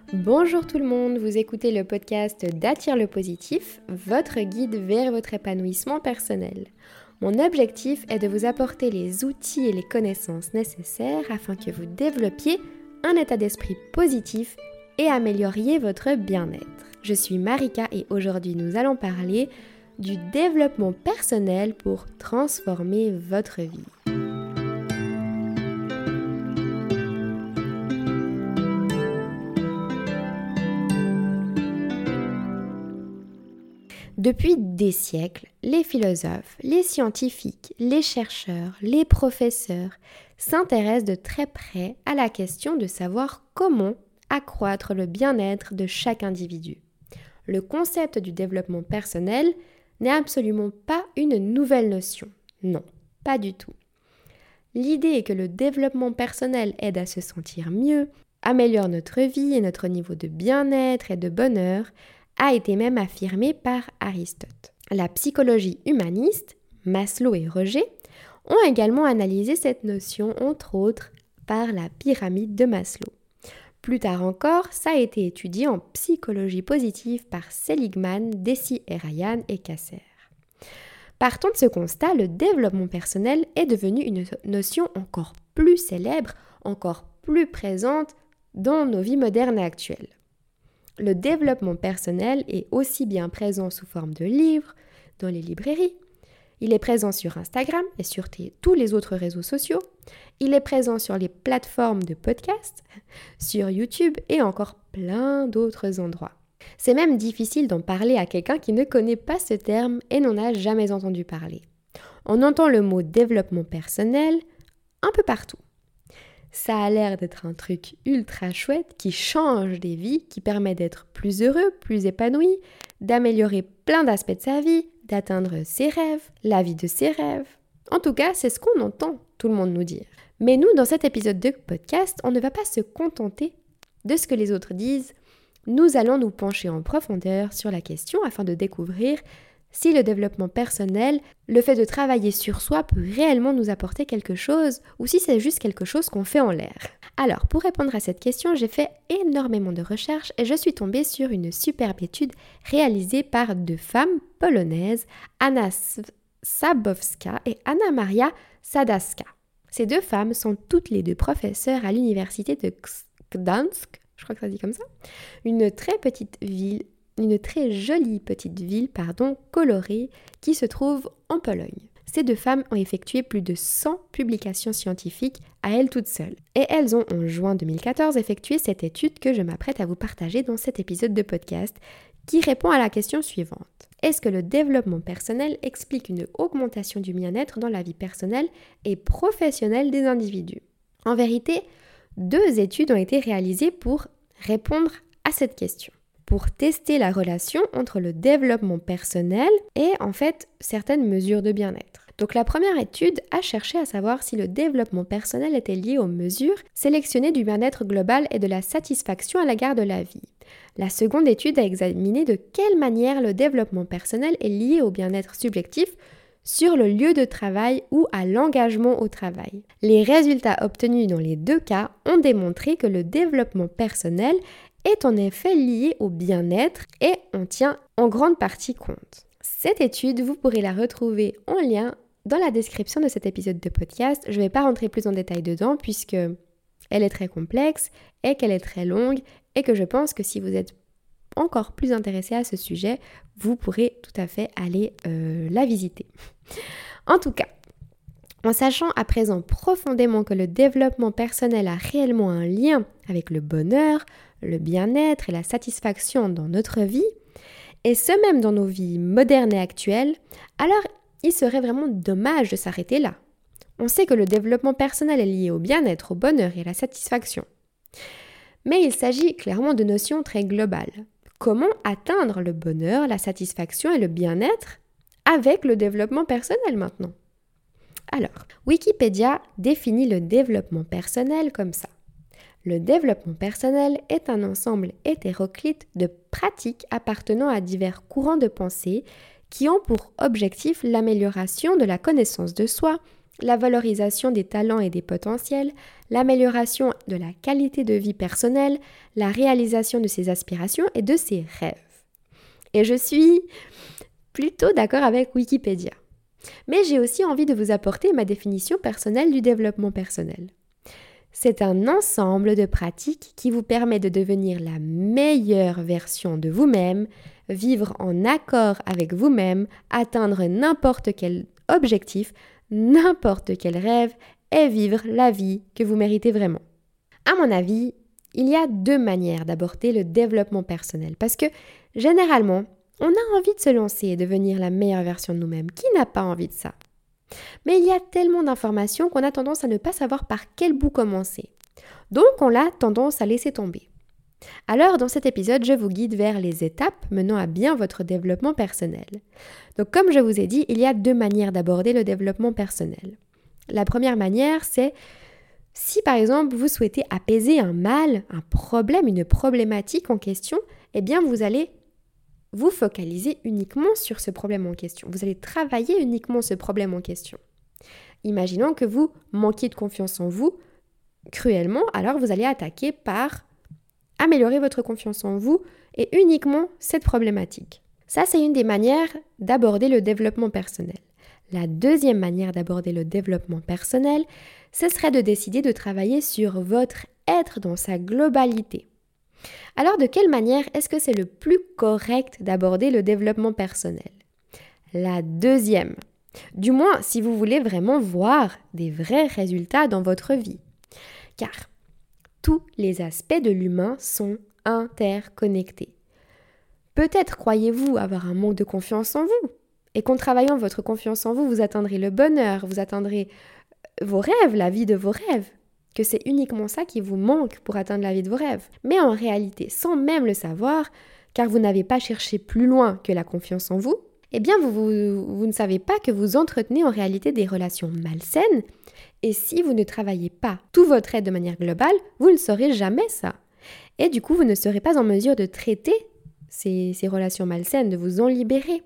Bonjour tout le monde, vous écoutez le podcast d'Attire le positif, votre guide vers votre épanouissement personnel. Mon objectif est de vous apporter les outils et les connaissances nécessaires afin que vous développiez un état d'esprit positif et amélioriez votre bien-être. Je suis Marika et aujourd'hui nous allons parler du développement personnel pour transformer votre vie. Depuis des siècles, les philosophes, les scientifiques, les chercheurs, les professeurs s'intéressent de très près à la question de savoir comment accroître le bien-être de chaque individu. Le concept du développement personnel n'est absolument pas une nouvelle notion. Non, pas du tout. L'idée est que le développement personnel aide à se sentir mieux, améliore notre vie et notre niveau de bien-être et de bonheur, a été même affirmé par Aristote. La psychologie humaniste, Maslow et Roger, ont également analysé cette notion, entre autres, par la pyramide de Maslow. Plus tard encore, ça a été étudié en psychologie positive par Seligman, Deci et Ryan et Kasser. Partant de ce constat, le développement personnel est devenu une notion encore plus célèbre, encore plus présente dans nos vies modernes et actuelles. Le développement personnel est aussi bien présent sous forme de livres, dans les librairies. Il est présent sur Instagram et sur tous les autres réseaux sociaux. Il est présent sur les plateformes de podcast, sur YouTube et encore plein d'autres endroits. C'est même difficile d'en parler à quelqu'un qui ne connaît pas ce terme et n'en a jamais entendu parler. On entend le mot développement personnel un peu partout. Ça a l'air d'être un truc ultra chouette qui change des vies, qui permet d'être plus heureux, plus épanoui, d'améliorer plein d'aspects de sa vie, d'atteindre ses rêves, la vie de ses rêves. En tout cas, c'est ce qu'on entend tout le monde nous dire. Mais nous, dans cet épisode de podcast, on ne va pas se contenter de ce que les autres disent. Nous allons nous pencher en profondeur sur la question afin de découvrir si le développement personnel, le fait de travailler sur soi peut réellement nous apporter quelque chose ou si c'est juste quelque chose qu'on fait en l'air. Alors, pour répondre à cette question, j'ai fait énormément de recherches et je suis tombée sur une superbe étude réalisée par deux femmes polonaises, Anna Sabowska et Anna Maria Sadacka. Ces deux femmes sont toutes les deux professeurs à l'université de Gdańsk, je crois que ça se dit comme ça, une très jolie petite ville, colorée, qui se trouve en Pologne. Ces deux femmes ont effectué plus de 100 publications scientifiques à elles toutes seules. Et elles ont, en juin 2014, effectué cette étude que je m'apprête à vous partager dans cet épisode de podcast, qui répond à la question suivante. Est-ce que le développement personnel explique une augmentation du bien-être dans la vie personnelle et professionnelle des individus ? En vérité, 2 études ont été réalisées pour répondre à cette question, pour tester la relation entre le développement personnel et certaines mesures de bien-être. Donc la première étude a cherché à savoir si le développement personnel était lié aux mesures sélectionnées du bien-être global et de la satisfaction à l'égard de la vie. La seconde étude a examiné de quelle manière le développement personnel est lié au bien-être subjectif sur le lieu de travail ou à l'engagement au travail. Les résultats obtenus dans les 2 cas ont démontré que le développement personnel est en effet lié au bien-être et on tient en grande partie compte. Cette étude, vous pourrez la retrouver en lien dans la description de cet épisode de podcast. Je ne vais pas rentrer plus en détail dedans puisque elle est très complexe et qu'elle est très longue et que je pense que si vous êtes encore plus intéressé à ce sujet, vous pourrez tout à fait aller la visiter. En tout cas, en sachant à présent profondément que le développement personnel a réellement un lien avec le bonheur, le bien-être et la satisfaction dans notre vie, et ce même dans nos vies modernes et actuelles, alors il serait vraiment dommage de s'arrêter là. On sait que le développement personnel est lié au bien-être, au bonheur et à la satisfaction. Mais il s'agit clairement de notions très globales. Comment atteindre le bonheur, la satisfaction et le bien-être avec le développement personnel maintenant ? Alors, Wikipédia définit le développement personnel comme ça. Le développement personnel est un ensemble hétéroclite de pratiques appartenant à divers courants de pensée qui ont pour objectif l'amélioration de la connaissance de soi, la valorisation des talents et des potentiels, l'amélioration de la qualité de vie personnelle, la réalisation de ses aspirations et de ses rêves. Et je suis plutôt d'accord avec Wikipédia. Mais j'ai aussi envie de vous apporter ma définition personnelle du développement personnel. C'est un ensemble de pratiques qui vous permet de devenir la meilleure version de vous-même, vivre en accord avec vous-même, atteindre n'importe quel objectif, n'importe quel rêve et vivre la vie que vous méritez vraiment. À mon avis, il y a 2 manières d'aborder le développement personnel parce que généralement, on a envie de se lancer et devenir la meilleure version de nous-mêmes. Qui n'a pas envie de ça ? Mais il y a tellement d'informations qu'on a tendance à ne pas savoir par quel bout commencer. Donc on a tendance à laisser tomber. Alors dans cet épisode, je vous guide vers les étapes menant à bien votre développement personnel. Donc comme je vous ai dit, il y a 2 manières d'aborder le développement personnel. La première manière, c'est si par exemple vous souhaitez apaiser un mal, un problème, une problématique en question, eh bien vous allez vous focalisez uniquement sur ce problème en question. Vous allez travailler uniquement ce problème en question. Imaginons que vous manquiez de confiance en vous cruellement, alors vous allez attaquer par améliorer votre confiance en vous et uniquement cette problématique. Ça, c'est une des manières d'aborder le développement personnel. La deuxième manière d'aborder le développement personnel, ce serait de décider de travailler sur votre être dans sa globalité. Alors, de quelle manière est-ce que c'est le plus correct d'aborder le développement personnel ? La deuxième. Du moins, si vous voulez vraiment voir des vrais résultats dans votre vie. Car tous les aspects de l'humain sont interconnectés. Peut-être croyez-vous avoir un manque de confiance en vous et qu'en travaillant votre confiance en vous, vous atteindrez le bonheur, vous atteindrez vos rêves, la vie de vos rêves. Que c'est uniquement ça qui vous manque pour atteindre la vie de vos rêves. Mais en réalité, sans même le savoir, car vous n'avez pas cherché plus loin que la confiance en vous, eh bien vous ne savez pas que vous entretenez en réalité des relations malsaines. Et si vous ne travaillez pas tout votre être de manière globale, vous ne saurez jamais ça. Et du coup, vous ne serez pas en mesure de traiter ces relations malsaines, de vous en libérer.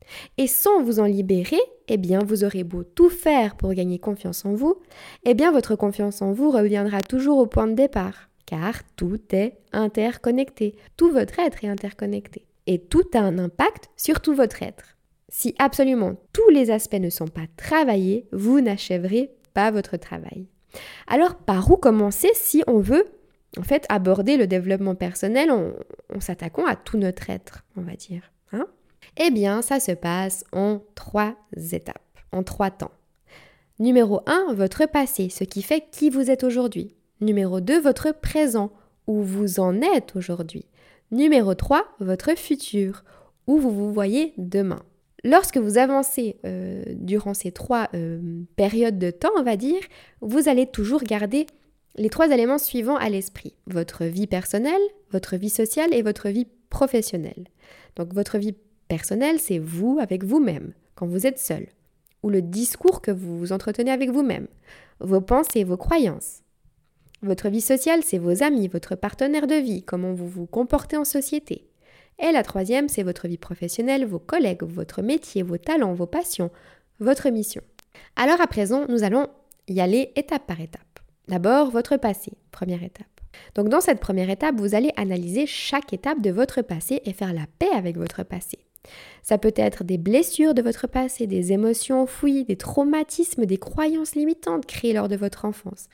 Et sans vous en libérer, eh bien, vous aurez beau tout faire pour gagner confiance en vous, eh bien, votre confiance en vous reviendra toujours au point de départ, car tout est interconnecté. Tout votre être est interconnecté. Et tout a un impact sur tout votre être. Si absolument tous les aspects ne sont pas travaillés, vous n'achèverez pas votre travail. Alors, par où commencer si on veut, en fait, aborder le développement personnel en s'attaquant à tout notre être, on va dire, hein ? Eh bien, ça se passe en 3 étapes, en 3 temps. Numéro 1, votre passé, ce qui fait qui vous êtes aujourd'hui. Numéro 2, votre présent, où vous en êtes aujourd'hui. Numéro 3, votre futur, où vous vous voyez demain. Lorsque vous avancez durant ces 3 périodes de temps, on va dire, vous allez toujours garder les 3 éléments suivants à l'esprit. Votre vie personnelle, votre vie sociale et votre vie professionnelle. Donc votre vie personnelle, c'est vous avec vous-même, quand vous êtes seul, ou le discours que vous entretenez avec vous-même, vos pensées, vos croyances. Votre vie sociale, c'est vos amis, votre partenaire de vie, comment vous vous comportez en société. Et la 3e, c'est votre vie professionnelle, vos collègues, votre métier, vos talents, vos passions, votre mission. Alors à présent, nous allons y aller étape par étape. D'abord, votre passé, première étape. Donc dans cette première étape, vous allez analyser chaque étape de votre passé et faire la paix avec votre passé. Ça peut être des blessures de votre passé, des émotions enfouies, des traumatismes, des croyances limitantes créées lors de votre enfance,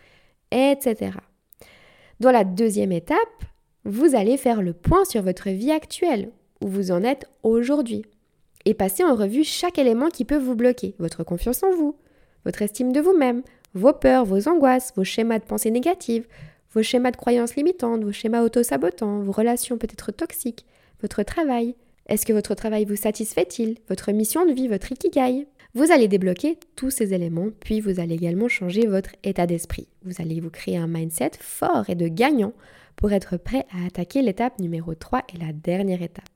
etc. Dans la 2e étape, vous allez faire le point sur votre vie actuelle, où vous en êtes aujourd'hui, et passer en revue chaque élément qui peut vous bloquer, votre confiance en vous, votre estime de vous-même, vos peurs, vos angoisses, vos schémas de pensée négatives, vos schémas de croyances limitantes, vos schémas auto-sabotants, vos relations peut-être toxiques, votre travail. Est-ce que votre travail vous satisfait-il? Votre mission de vie, votre ikigai? Vous allez débloquer tous ces éléments, puis vous allez également changer votre état d'esprit. Vous allez vous créer un mindset fort et de gagnant pour être prêt à attaquer l'étape numéro 3 et la dernière étape,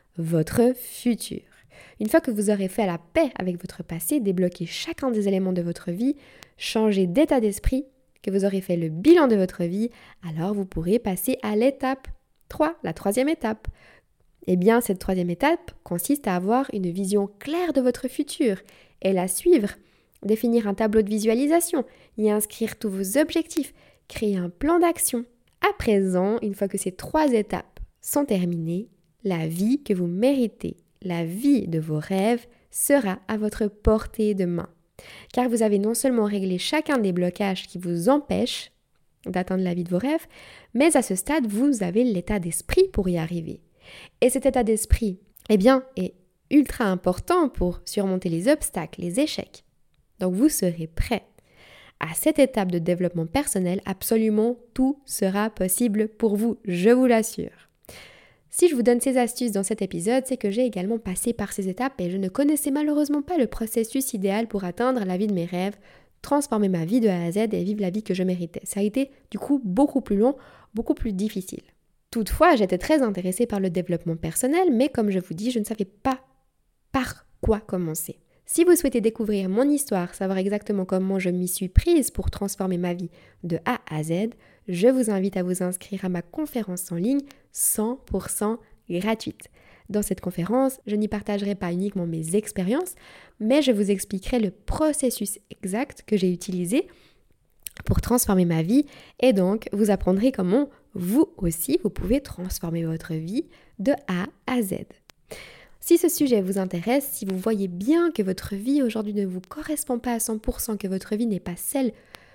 votre futur. Une fois que vous aurez fait la paix avec votre passé, débloqué chacun des éléments de votre vie, changé d'état d'esprit, que vous aurez fait le bilan de votre vie, alors vous pourrez passer à l'étape 3, la 3e étape. Eh bien, cette 3e étape consiste à avoir une vision claire de votre futur et la suivre définir un tableau de visualisation, y inscrire tous vos objectifs, créer un plan d'action. À présent, une fois que ces 3 étapes sont terminées, la vie que vous méritez, la vie de vos rêves, sera à votre portée de main. Car vous avez non seulement réglé chacun des blocages qui vous empêchent d'atteindre la vie de vos rêves, mais à ce stade, vous avez l'état d'esprit pour y arriver. Et cet état d'esprit, est ultra important pour surmonter les obstacles, les échecs. Donc vous serez prêt. À cette étape de développement personnel, absolument tout sera possible pour vous, je vous l'assure. Si je vous donne ces astuces dans cet épisode, c'est que j'ai également passé par ces étapes et je ne connaissais malheureusement pas le processus idéal pour atteindre la vie de mes rêves, transformer ma vie de A à Z et vivre la vie que je méritais. Ça a été du coup beaucoup plus long, beaucoup plus difficile. Toutefois, j'étais très intéressée par le développement personnel, mais comme je vous dis, je ne savais pas par quoi commencer. Si vous souhaitez découvrir mon histoire, savoir exactement comment je m'y suis prise pour transformer ma vie de A à Z, je vous invite à vous inscrire à ma conférence en ligne 100% gratuite. Dans cette conférence, je n'y partagerai pas uniquement mes expériences, mais je vous expliquerai le processus exact que j'ai utilisé pour transformer ma vie et donc vous apprendrez comment vous aussi vous pouvez transformer votre vie de A à Z. Si ce sujet vous intéresse, si vous voyez bien que votre vie aujourd'hui ne vous correspond pas à 100%, que votre vie n'est pas celle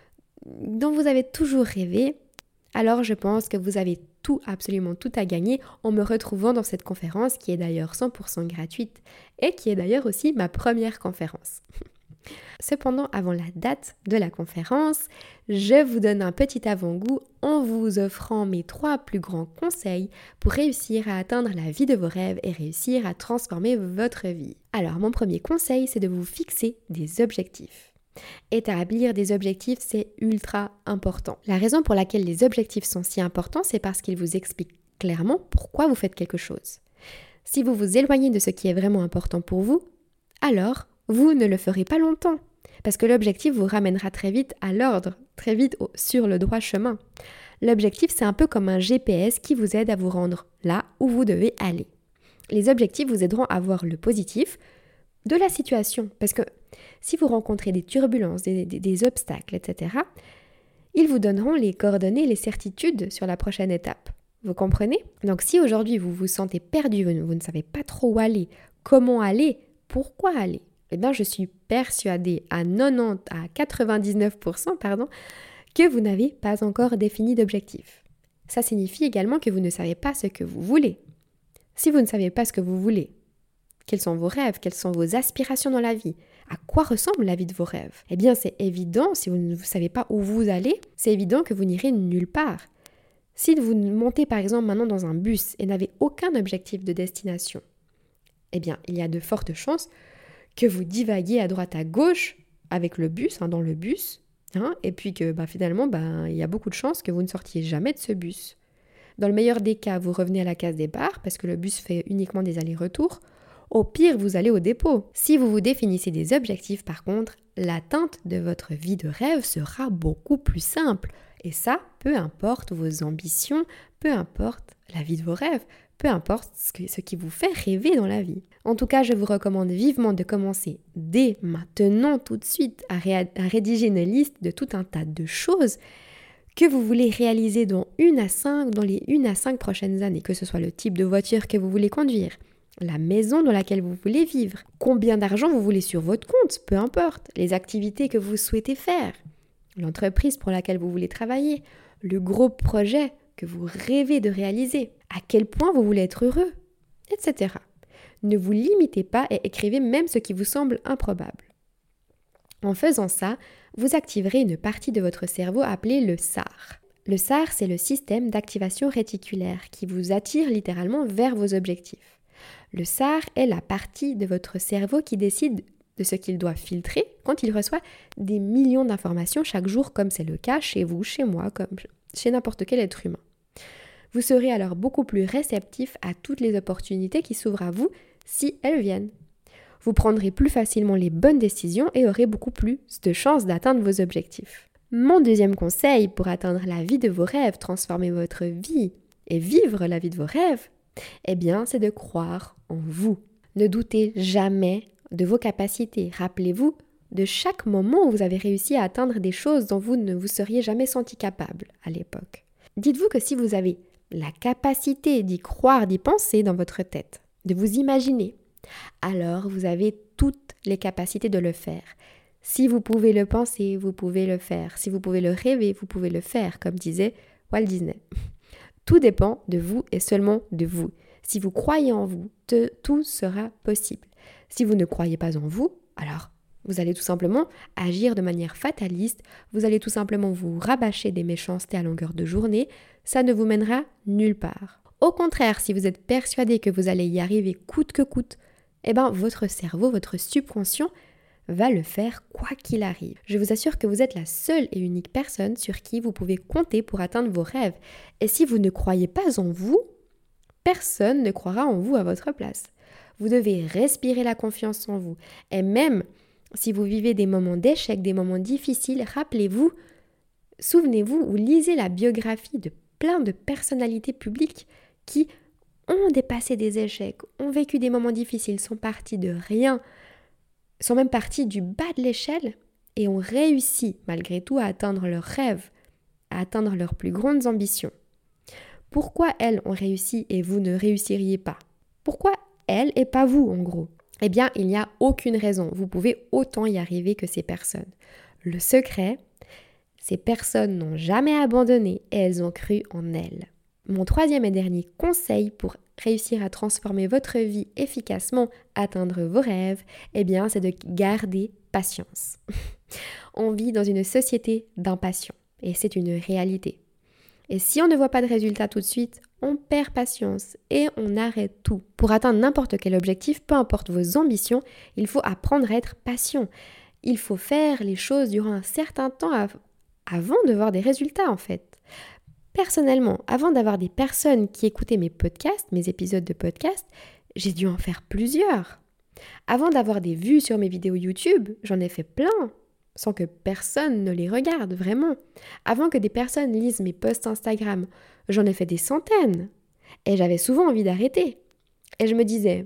dont vous avez toujours rêvé, alors je pense que vous avez tout, absolument tout à gagner en me retrouvant dans cette conférence qui est d'ailleurs 100% gratuite et qui est d'ailleurs aussi ma première conférence. Cependant, avant la date de la conférence, je vous donne un petit avant-goût en vous offrant mes 3 plus grands conseils pour réussir à atteindre la vie de vos rêves et réussir à transformer votre vie. Alors, mon premier conseil, c'est de vous fixer des objectifs. Établir des objectifs, c'est ultra important. La raison pour laquelle les objectifs sont si importants, c'est parce qu'ils vous expliquent clairement pourquoi vous faites quelque chose. Si vous vous éloignez de ce qui est vraiment important pour vous, alors vous ne le ferez pas longtemps, parce que l'objectif vous ramènera très vite à l'ordre, très vite sur le droit chemin. L'objectif, c'est un peu comme un GPS qui vous aide à vous rendre là où vous devez aller. Les objectifs vous aideront à voir le positif de la situation, parce que si vous rencontrez des turbulences, des obstacles, etc., ils vous donneront les coordonnées, les certitudes sur la prochaine étape. Vous comprenez? Donc si aujourd'hui vous vous sentez perdu, vous ne savez pas trop où aller, comment aller, pourquoi aller, je suis persuadée à 99%, que vous n'avez pas encore défini d'objectif. Ça signifie également que vous ne savez pas ce que vous voulez. Si vous ne savez pas ce que vous voulez, quels sont vos rêves, quelles sont vos aspirations dans la vie, à quoi ressemble la vie de vos rêves, c'est évident, si vous ne savez pas où vous allez, c'est évident que vous n'irez nulle part. Si vous montez par exemple maintenant dans un bus et n'avez aucun objectif de destination, il y a de fortes chances que vous divaguiez à droite à gauche avec le bus, dans le bus, et puis que finalement, il y a beaucoup de chances que vous ne sortiez jamais de ce bus. Dans le meilleur des cas, vous revenez à la case départ parce que le bus fait uniquement des allers-retours. Au pire, vous allez au dépôt. Si vous vous définissez des objectifs, par contre, l'atteinte de votre vie de rêve sera beaucoup plus simple. Et ça, peu importe vos ambitions, peu importe la vie de vos rêves, peu importe ce qui vous fait rêver dans la vie. En tout cas, je vous recommande vivement de commencer dès maintenant, tout de suite, à rédiger une liste de tout un tas de choses que vous voulez réaliser dans les 1 à 5 prochaines années, que ce soit le type de voiture que vous voulez conduire, la maison dans laquelle vous voulez vivre, combien d'argent vous voulez sur votre compte, peu importe, les activités que vous souhaitez faire, l'entreprise pour laquelle vous voulez travailler, le gros projet que vous rêvez de réaliser, à quel point vous voulez être heureux, etc. Ne vous limitez pas et écrivez même ce qui vous semble improbable. En faisant ça, vous activerez une partie de votre cerveau appelée le SAR. Le SAR, c'est le système d'activation réticulaire qui vous attire littéralement vers vos objectifs. Le SAR est la partie de votre cerveau qui décide de ce qu'il doit filtrer quand il reçoit des millions d'informations chaque jour, comme c'est le cas chez vous, chez moi, comme chez n'importe quel être humain. Vous serez alors beaucoup plus réceptif à toutes les opportunités qui s'ouvrent à vous si elles viennent. Vous prendrez plus facilement les bonnes décisions et aurez beaucoup plus de chances d'atteindre vos objectifs. Mon deuxième conseil pour atteindre la vie de vos rêves, transformer votre vie et vivre la vie de vos rêves, c'est de croire en vous. Ne doutez jamais de vos capacités. Rappelez-vous de chaque moment où vous avez réussi à atteindre des choses dont vous ne vous seriez jamais senti capable à l'époque. Dites-vous que si vous avez la capacité d'y croire, d'y penser dans votre tête, de vous imaginer, alors vous avez toutes les capacités de le faire. Si vous pouvez le penser, vous pouvez le faire. Si vous pouvez le rêver, vous pouvez le faire, comme disait Walt Disney. Tout dépend de vous et seulement de vous. Si vous croyez en vous, tout sera possible. Si vous ne croyez pas en vous, alors vous allez tout simplement agir de manière fataliste, vous allez tout simplement vous rabâcher des méchancetés à longueur de journée, ça ne vous mènera nulle part. Au contraire, si vous êtes persuadé que vous allez y arriver coûte que coûte, votre cerveau, votre subconscient va le faire quoi qu'il arrive. Je vous assure que vous êtes la seule et unique personne sur qui vous pouvez compter pour atteindre vos rêves. Et si vous ne croyez pas en vous, personne ne croira en vous à votre place. Vous devez respirer la confiance en vous. Et même si vous vivez des moments d'échec, des moments difficiles, rappelez-vous, souvenez-vous ou lisez la biographie de plein de personnalités publiques qui ont dépassé des échecs, ont vécu des moments difficiles, sont partis de rien, sont même partis du bas de l'échelle et ont réussi malgré tout à atteindre leurs rêves, à atteindre leurs plus grandes ambitions. Pourquoi elles ont réussi et vous ne réussiriez pas? Pourquoi elles et pas vous en gros? Eh bien, il n'y a aucune raison. Vous pouvez autant y arriver que ces personnes. Le secret, ces personnes n'ont jamais abandonné et elles ont cru en elles. Mon troisième et dernier conseil pour réussir à transformer votre vie efficacement, atteindre vos rêves, eh bien, c'est de garder patience. On vit dans une société d'impatience et c'est une réalité. Et si on ne voit pas de résultat tout de suite, on perd patience et on arrête tout. Pour atteindre n'importe quel objectif, peu importe vos ambitions, il faut apprendre à être patient. Il faut faire les choses durant un certain temps avant de voir des résultats en fait. Personnellement, avant d'avoir des personnes qui écoutaient mes podcasts, mes épisodes de podcast, j'ai dû en faire plusieurs. Avant d'avoir des vues sur mes vidéos YouTube, j'en ai fait plein, sans que personne ne les regarde, vraiment. Avant que des personnes lisent mes posts Instagram, j'en ai fait des centaines. Et j'avais souvent envie d'arrêter. Et je me disais,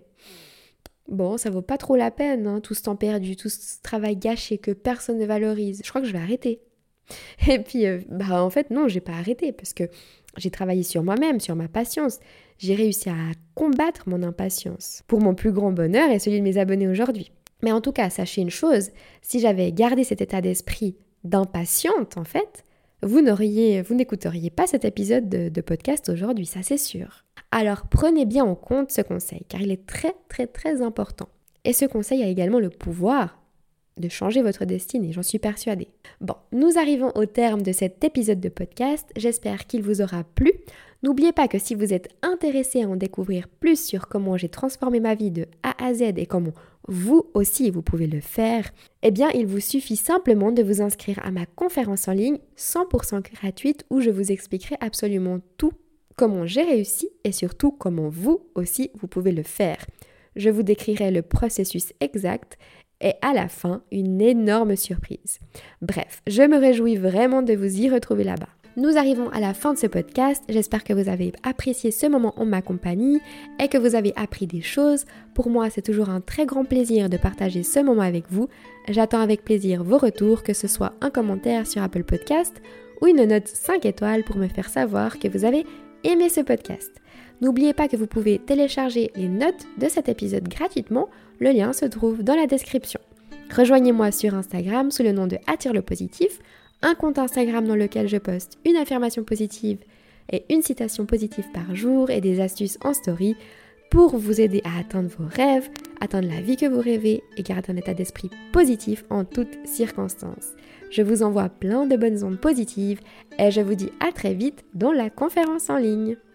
bon, ça vaut pas trop la peine, tout ce temps perdu, tout ce travail gâché que personne ne valorise. Je crois que je vais arrêter. Et puis, en fait, non, j'ai pas arrêté parce que j'ai travaillé sur moi-même, sur ma patience. J'ai réussi à combattre mon impatience pour mon plus grand bonheur et celui de mes abonnés aujourd'hui. Mais en tout cas, sachez une chose, si j'avais gardé cet état d'esprit d'impatiente, en fait, vous n'écouteriez pas cet épisode de podcast aujourd'hui, ça c'est sûr. Alors prenez bien en compte ce conseil, car il est très très très important. Et ce conseil a également le pouvoir de changer votre destinée, j'en suis persuadée. Bon, nous arrivons au terme de cet épisode de podcast, j'espère qu'il vous aura plu. N'oubliez pas que si vous êtes intéressé à en découvrir plus sur comment j'ai transformé ma vie de A à Z et comment vous aussi vous pouvez le faire, eh bien il vous suffit simplement de vous inscrire à ma conférence en ligne 100% gratuite où je vous expliquerai absolument tout, comment j'ai réussi et surtout comment vous aussi vous pouvez le faire. Je vous décrirai le processus exact et à la fin, une énorme surprise. Bref, je me réjouis vraiment de vous y retrouver là-bas. Nous arrivons à la fin de ce podcast. J'espère que vous avez apprécié ce moment en ma compagnie et que vous avez appris des choses. Pour moi, c'est toujours un très grand plaisir de partager ce moment avec vous. J'attends avec plaisir vos retours, que ce soit un commentaire sur Apple Podcast ou une note 5 étoiles pour me faire savoir que vous avez aimé ce podcast. N'oubliez pas que vous pouvez télécharger les notes de cet épisode gratuitement. Le lien se trouve dans la description. Rejoignez-moi sur Instagram sous le nom de Attire le Positif, un compte Instagram dans lequel je poste une affirmation positive et une citation positive par jour et des astuces en story pour vous aider à atteindre vos rêves, atteindre la vie que vous rêvez et garder un état d'esprit positif en toutes circonstances. Je vous envoie plein de bonnes ondes positives et je vous dis à très vite dans la conférence en ligne.